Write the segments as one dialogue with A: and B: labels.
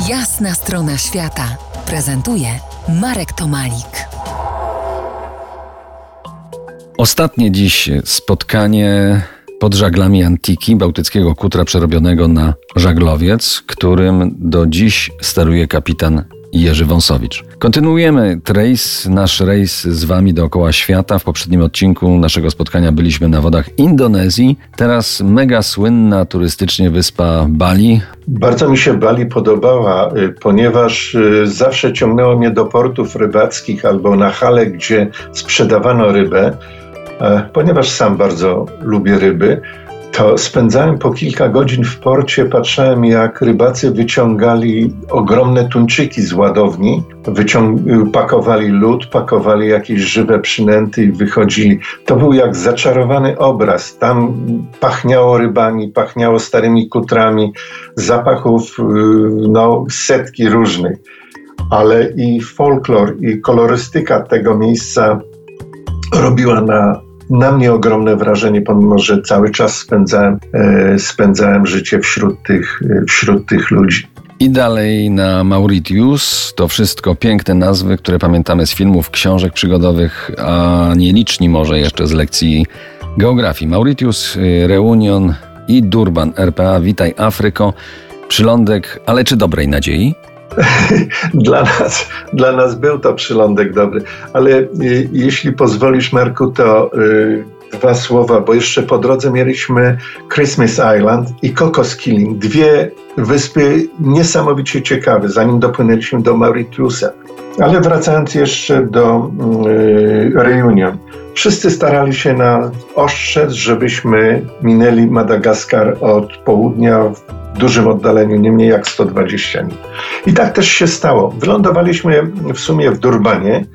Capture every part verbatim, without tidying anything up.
A: Jasna strona świata prezentuje Marek Tomalik.
B: Ostatnie dziś spotkanie pod żaglami Antiki, bałtyckiego kutra przerobionego na żaglowiec, którym do dziś steruje kapitan Jerzy Wąsowicz. Kontynuujemy rejs, nasz rejs z wami dookoła świata. W poprzednim odcinku naszego spotkania byliśmy na wodach Indonezji. Teraz mega słynna turystycznie wyspa Bali.
C: Bardzo mi się Bali podobała, ponieważ zawsze ciągnęło mnie do portów rybackich albo na hale, gdzie sprzedawano rybę. Ponieważ sam bardzo lubię ryby, to spędzałem po kilka godzin w porcie, patrzyłem jak rybacy wyciągali ogromne tuńczyki z ładowni, wyciąg- pakowali lód, pakowali jakieś żywe przynęty i wychodzili. To był jak zaczarowany obraz. Tam pachniało rybami, pachniało starymi kutrami, zapachów no, setki różnych. Ale i folklor, i kolorystyka tego miejsca robiła na Na mnie ogromne wrażenie, pomimo że cały czas spędzałem, e, spędzałem życie wśród tych, wśród tych ludzi.
B: I dalej na Mauritius. To wszystko piękne nazwy, które pamiętamy z filmów, książek przygodowych, a nieliczni może jeszcze z lekcji geografii. Mauritius, Reunion i Durban, R P A. Witaj Afryko. Przylądek, ale czy dobrej nadziei?
C: Dla nas, dla nas był to przylądek dobry, ale y, jeśli pozwolisz, Marku, to y, dwa słowa, bo jeszcze po drodze mieliśmy Christmas Island i Cocos Keeling, dwie wyspy niesamowicie ciekawe, zanim dopłynęliśmy do Mauritiusa. Ale wracając jeszcze do y, Reunion, wszyscy starali się nas ostrzec, żebyśmy minęli Madagaskar od południa w dużym oddaleniu, nie mniej jak sto dwadzieścia mil. I tak też się stało. Wylądowaliśmy w sumie w Durbanie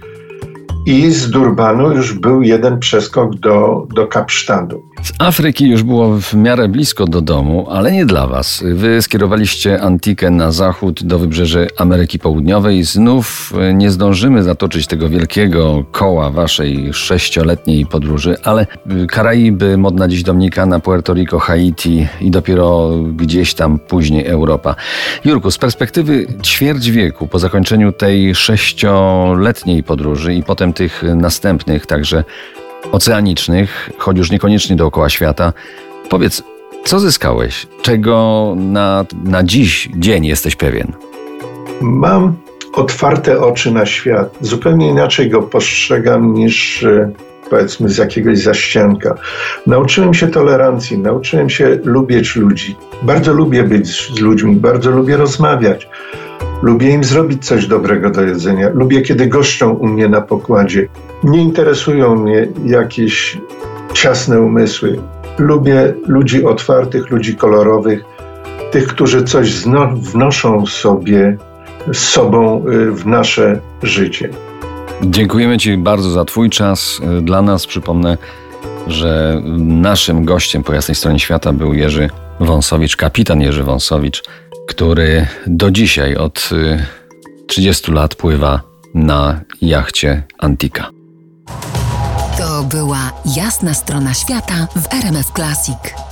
C: i z Durbanu już był jeden przeskok do, do Kapsztadu.
B: Z Afryki już było w miarę blisko do domu, ale nie dla was. Wy skierowaliście Antikę na zachód do wybrzeży Ameryki Południowej. Znów nie zdążymy zatoczyć tego wielkiego koła waszej sześcioletniej podróży, ale Karaiby, modna dziś Dominikana, Puerto Rico, Haiti i dopiero gdzieś tam później Europa. Jurku, z perspektywy ćwierć wieku po zakończeniu tej sześcioletniej podróży i potem tych następnych, także oceanicznych, choć już niekoniecznie dookoła świata, powiedz, co zyskałeś? Czego na, na dziś dzień jesteś pewien?
C: Mam otwarte oczy na świat. Zupełnie inaczej go postrzegam niż powiedzmy z jakiegoś zaścianka. Nauczyłem się tolerancji, nauczyłem się lubić ludzi. Bardzo lubię być z ludźmi, bardzo lubię rozmawiać. Lubię im zrobić coś dobrego do jedzenia. Lubię, kiedy goszczą u mnie na pokładzie. Nie interesują mnie jakieś ciasne umysły. Lubię ludzi otwartych, ludzi kolorowych, tych, którzy coś zno- wnoszą sobie z sobą w nasze życie.
B: Dziękujemy ci bardzo za twój czas. Dla nas przypomnę, że naszym gościem po jasnej stronie świata był Jerzy Wąsowicz, kapitan Jerzy Wąsowicz, który do dzisiaj od trzydziestu lat pływa na jachcie Antika.
A: To była Jasna strona świata w R M F Classic.